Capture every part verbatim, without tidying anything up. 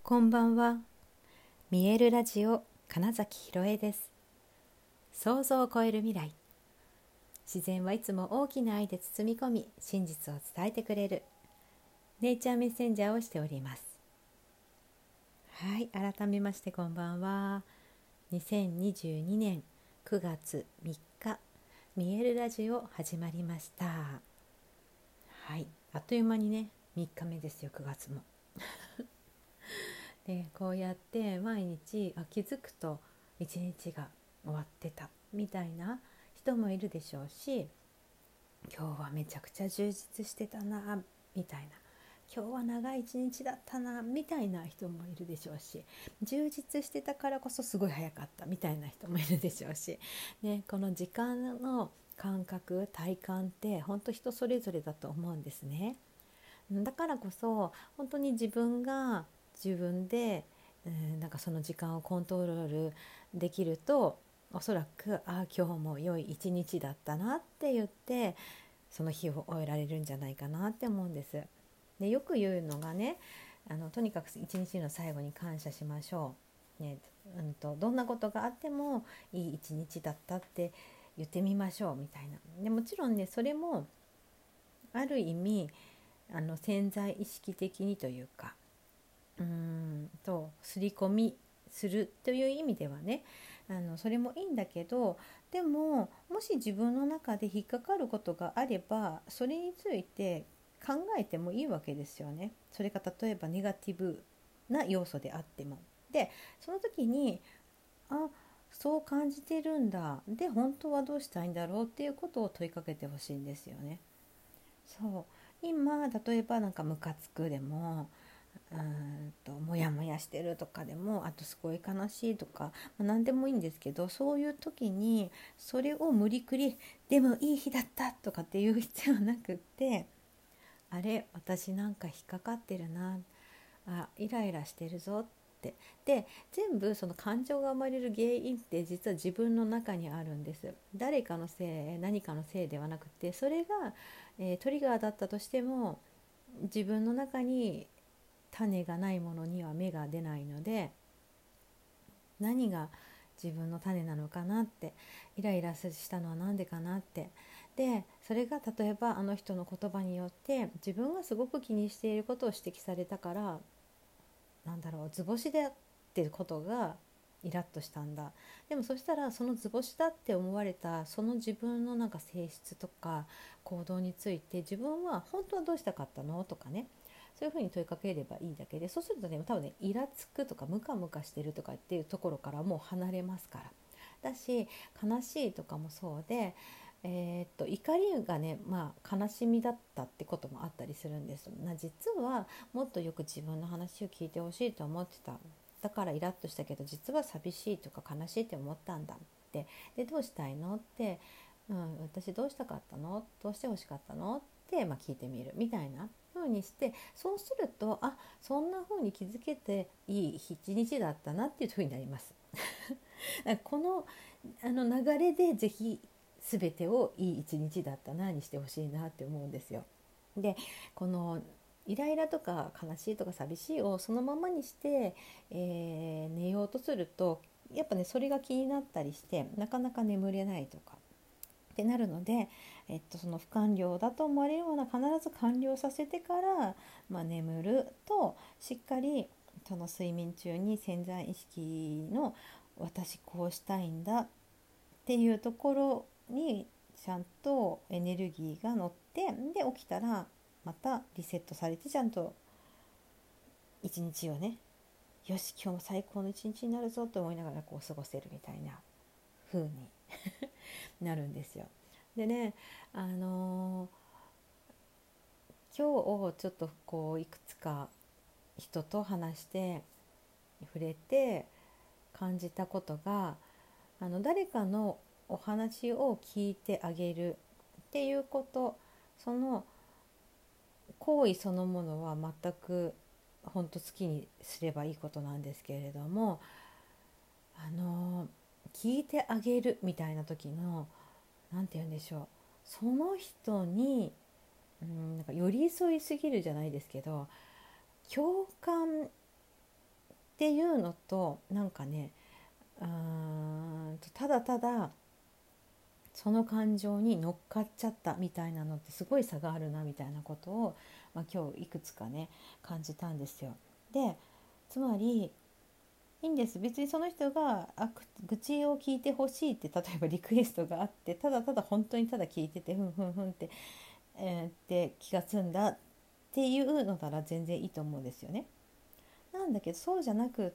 こんばんは。見えるラジオ金崎ひろえです。想像を超える未来。自然はいつも大きな愛で包み込み、真実を伝えてくれるネイチャーメッセンジャーをしております。はい、改めましてこんばんは。にせんにじゅうにねんくがつみっか、見えるラジオ始まりました。はい、あっという間にねみっかめですよ、くがつも。でこうやって毎日あ気づくといちにちが終わってたみたいな人もいるでしょうし、今日はめちゃくちゃ充実してたなみたいな、今日は長い一日だったなみたいな人もいるでしょうし、充実してたからこそすごい早かったみたいな人もいるでしょうし、ね、この時間の感覚体感って本当人それぞれだと思うんですね。だからこそ本当に自分が自分で、うん、なんかその時間をコントロールできると、おそらくああ今日も良い一日だったなって言ってその日を終えられるんじゃないかなって思うんです。でよく言うのがね、あのとにかく一日の最後に感謝しましょう、ねうん、とどんなことがあってもいい一日だったって言ってみましょうみたいな。でもちろんねそれもある意味あの潜在意識的にというか、うーんと刷り込みするという意味ではね、あのそれもいいんだけど、でももし自分の中で引っかかることがあればそれについて考えてもいいわけですよね。それが例えばネガティブな要素であっても。でその時にあそう感じてるんだ、で本当はどうしたいんだろうっていうことを問いかけてほしいんですよね。そう今例えばなんかムカつくでも、うーんとモヤモヤしてるとかでも、あとすごい悲しいとか、まあ、何でもいいんですけど、そういう時にそれを無理くりでもいい日だったとかっていう必要なくって、あれ私なんか引っかかってるな、あイライラしてるぞって、で全部その感情が生まれる原因って実は自分の中にあるんです。誰かのせい何かのせいではなくて、それが、えートリガーだったとしても自分の中に種がないものには芽が出ないので、何が自分の種なのかなって、イライラしたのは何でかなって、でそれが例えばあの人の言葉によって自分がすごく気にしていることを指摘されたから、なんだろう図星でっていうことがイラッとしたんだ。でもそしたらその図星だって思われたその自分のなんか性質とか行動について、自分は本当はどうしたかったのとかね、そういうふうに問いかければいいだけで、そうするとね多分ねイラつくとかムカムカしてるとかっていうところからもう離れますから。だし悲しいとかもそうで、えーっと怒りがね、まあ、悲しみだったってこともあったりするんです。な実はもっとよく自分の話を聞いてほしいと思ってた、だからイラッとしたけど実は寂しいとか悲しいって思ったんだって、でどうしたいのって、うん、私どうしたかったの、どうして欲しかったのって、まあ、聞いてみるみたいな風にして、そうするとあそんな風に気づけていい一日だったなっていう風になります。このあの流れでぜひ全てをいい一日だったなにしてほしいなって思うんですよ。でこのイライラとか悲しいとか寂しいをそのままにして、えー寝ようとするとやっぱねそれが気になったりしてなかなか眠れないとかってなるので、えっと、その不完了だと思われるような必ず完了させてから、まあ、眠るとしっかりその睡眠中に潜在意識の私こうしたいんだっていうところにちゃんとエネルギーが乗って、で起きたらまたリセットされてちゃんと一日をね、よし今日も最高の一日になるぞと思いながらこう過ごせるみたいな風になるんですよ。でね、あのー今日ちょっとこういくつか人と話して触れて感じたことが、あの誰かのお話を聞いてあげるっていうこと、その行為そのものは全く本当好きにすればいいことなんですけれども、あの聞いてあげるみたいな時のなんて言うんでしょう、その人に、うん、なんか寄り添いすぎるじゃないですけど、共感っていうのと、なんかね、うーんとただただその感情に乗っかっちゃったみたいなのってすごい差があるなみたいなことを、まあ、今日いくつかね感じたんですよ。でつまりいいんです、別にその人があ愚痴を聞いてほしいって例えばリクエストがあって、ただただ本当にただ聞いててふんふんふんって、えー、って気が済んだっていうのなら全然いいと思うんですよね。なんだけどそうじゃなくって、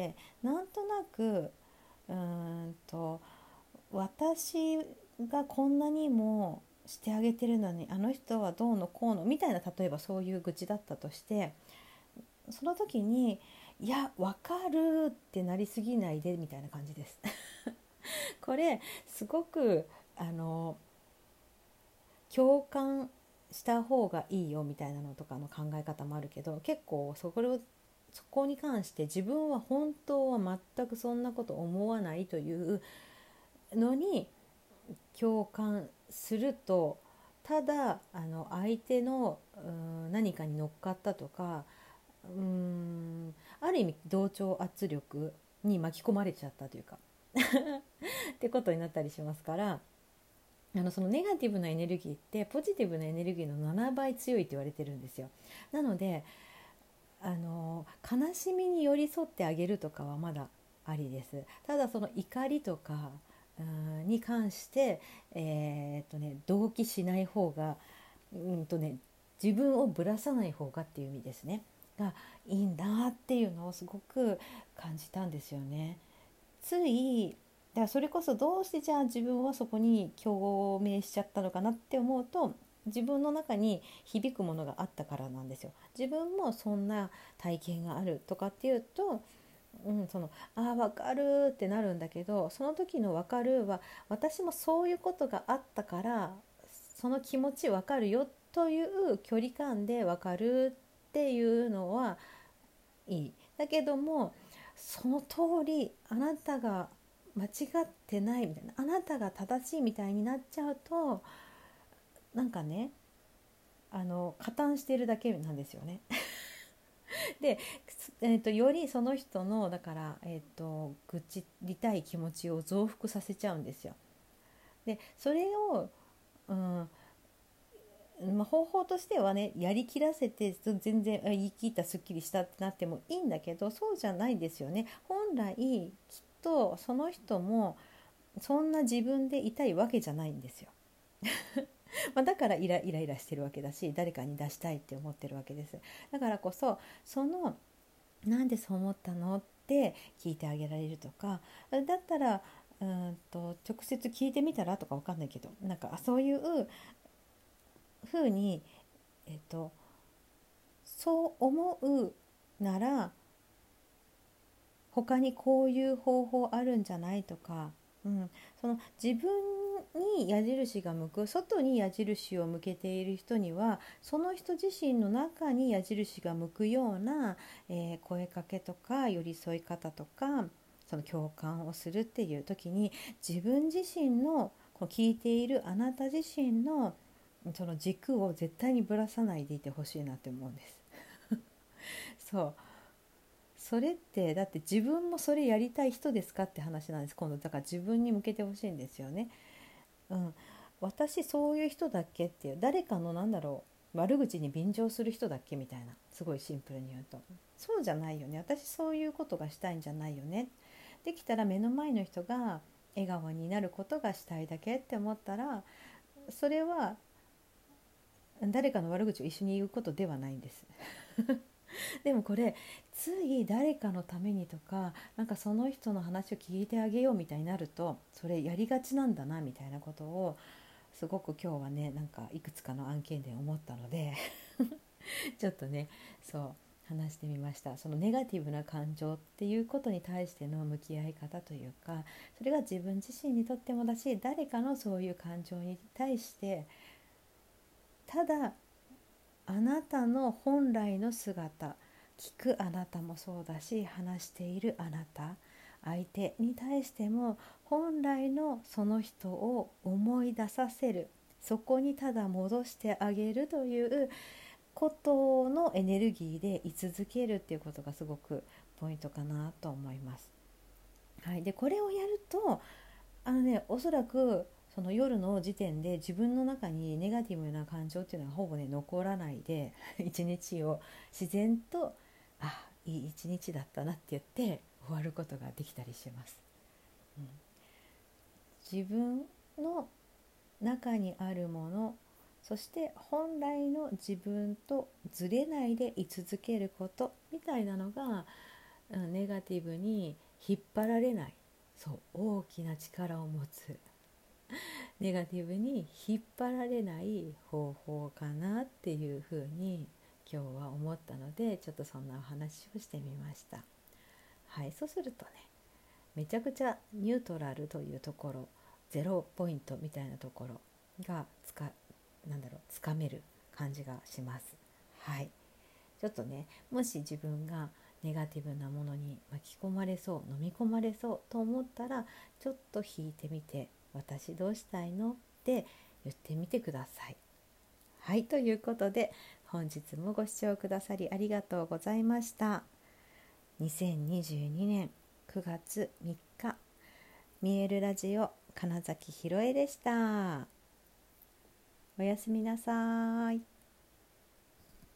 なんとなくうーんと私がこんなにもしてあげてるのにあの人はどうのこうのみたいな、例えばそういう愚痴だったとして、その時にいや分かるってなりすぎないでみたいな感じですこれすごくあの共感した方がいいよみたいなのとかの考え方もあるけど、結構そこをそこに関して自分は本当は全くそんなこと思わないというのに共感すると、ただあの相手のうん何かに乗っかったとか、うーんある意味同調圧力に巻き込まれちゃったというかってことになったりしますから、あのそのネガティブなエネルギーってポジティブなエネルギーのななばい強いって言われてるんですよ。なのであの悲しみに寄り添ってあげるとかはまだありです。ただその怒りとかうんに関して、えーっとね、同期しない方が、うんとね、自分をぶらさない方がっていう意味ですねがいいんだっていうのをすごく感じたんですよね。ついだからそれこそどうしてじゃあ自分はそこに共鳴しちゃったのかなって思うと、自分の中に響くものがあったからなんですよ。自分もそんな体験があるとかっていうと、うん、そのあー分かるってなるんだけど、その時の分かるは私もそういうことがあったからその気持ち分かるよという距離感で分かるっていうのはいい。だけどもその通りあなたが間違ってないみたいな、あなたが正しいみたいになっちゃうと、なんかねあの加担してるだけなんですよねで、えーと、よりその人のだから、えーと、愚痴りたい気持ちを増幅させちゃうんですよ。でそれを、うんまあ、方法としてはね、やりきらせて全然言い切ったすっきりしたってなってもいいんだけど、そうじゃないですよね。本来きっとその人もそんな自分でいたいわけじゃないんですよまあだからイライライラしてるわけだし、誰かに出したいって思ってるわけです。だからこそそのなんでそう思ったのって聞いてあげられるとか、だったらうんと直接聞いてみたらとかわかんないけど、なんかそういう風に、えっと、そう思うなら他にこういう方法あるんじゃないとか、うん、その自分に矢印が向く、外に矢印を向けている人にはその人自身の中に矢印が向くような、えー声かけとか寄り添い方とか、その共感をするっていう時に自分自身のこう聞いているあなた自身のその軸を絶対にぶらさないでいてほしいなって思うんですそうそれってだって自分もそれやりたい人ですかって話なんです。今度だから自分に向けてほしいんですよね。うん、私そういう人だっけっていう、誰かのなんだろう悪口に便乗する人だっけみたいな、すごいシンプルに言うとそうじゃないよね。私そういうことがしたいんじゃないよね。できたら目の前の人が笑顔になることがしたいだけって思ったら、それは誰かの悪口を一緒に言うことではないんですでもこれつい誰かのためにとか、なんかその人の話を聞いてあげようみたいになるとそれやりがちなんだなみたいなことをすごく今日はね、なんかいくつかの案件で思ったのでちょっとねそう話してみました。そのネガティブな感情っていうことに対しての向き合い方というか、それが自分自身にとってもだし、誰かのそういう感情に対してただあなたの本来の姿、聞くあなたもそうだし、話しているあなた、相手に対しても本来のその人を思い出させる、そこにただ戻してあげるということのエネルギーで居続けるっていうことがすごくポイントかなと思います。はい、でこれをやるとあのね、おそらくその夜の時点で自分の中にネガティブな感情っていうのがほぼね残らないで一日を自然とあいい一日だったなって言って終わることができたりします。うん、自分の中にあるもの、そして本来の自分とずれないで居続けることみたいなのが、うん、ネガティブに引っ張られない、そう大きな力を持つネガティブに引っ張られない方法かなっていうふうに今日は思ったので、ちょっとそんなお話をしてみました。はい、そうするとね、めちゃくちゃニュートラルというところ、ゼロポイントみたいなところがつかなんだろうつかめる感じがします。はい、ちょっとね、もし自分がネガティブなものに巻き込まれそう、飲み込まれそうと思ったら、ちょっと引いてみて、私どうしたいのって言ってみてください。はい、ということで本日もご視聴くださりありがとうございました。にせんにじゅうにねんくがつみっか、見えるラジオ金崎ひろえでした。おやすみなさい。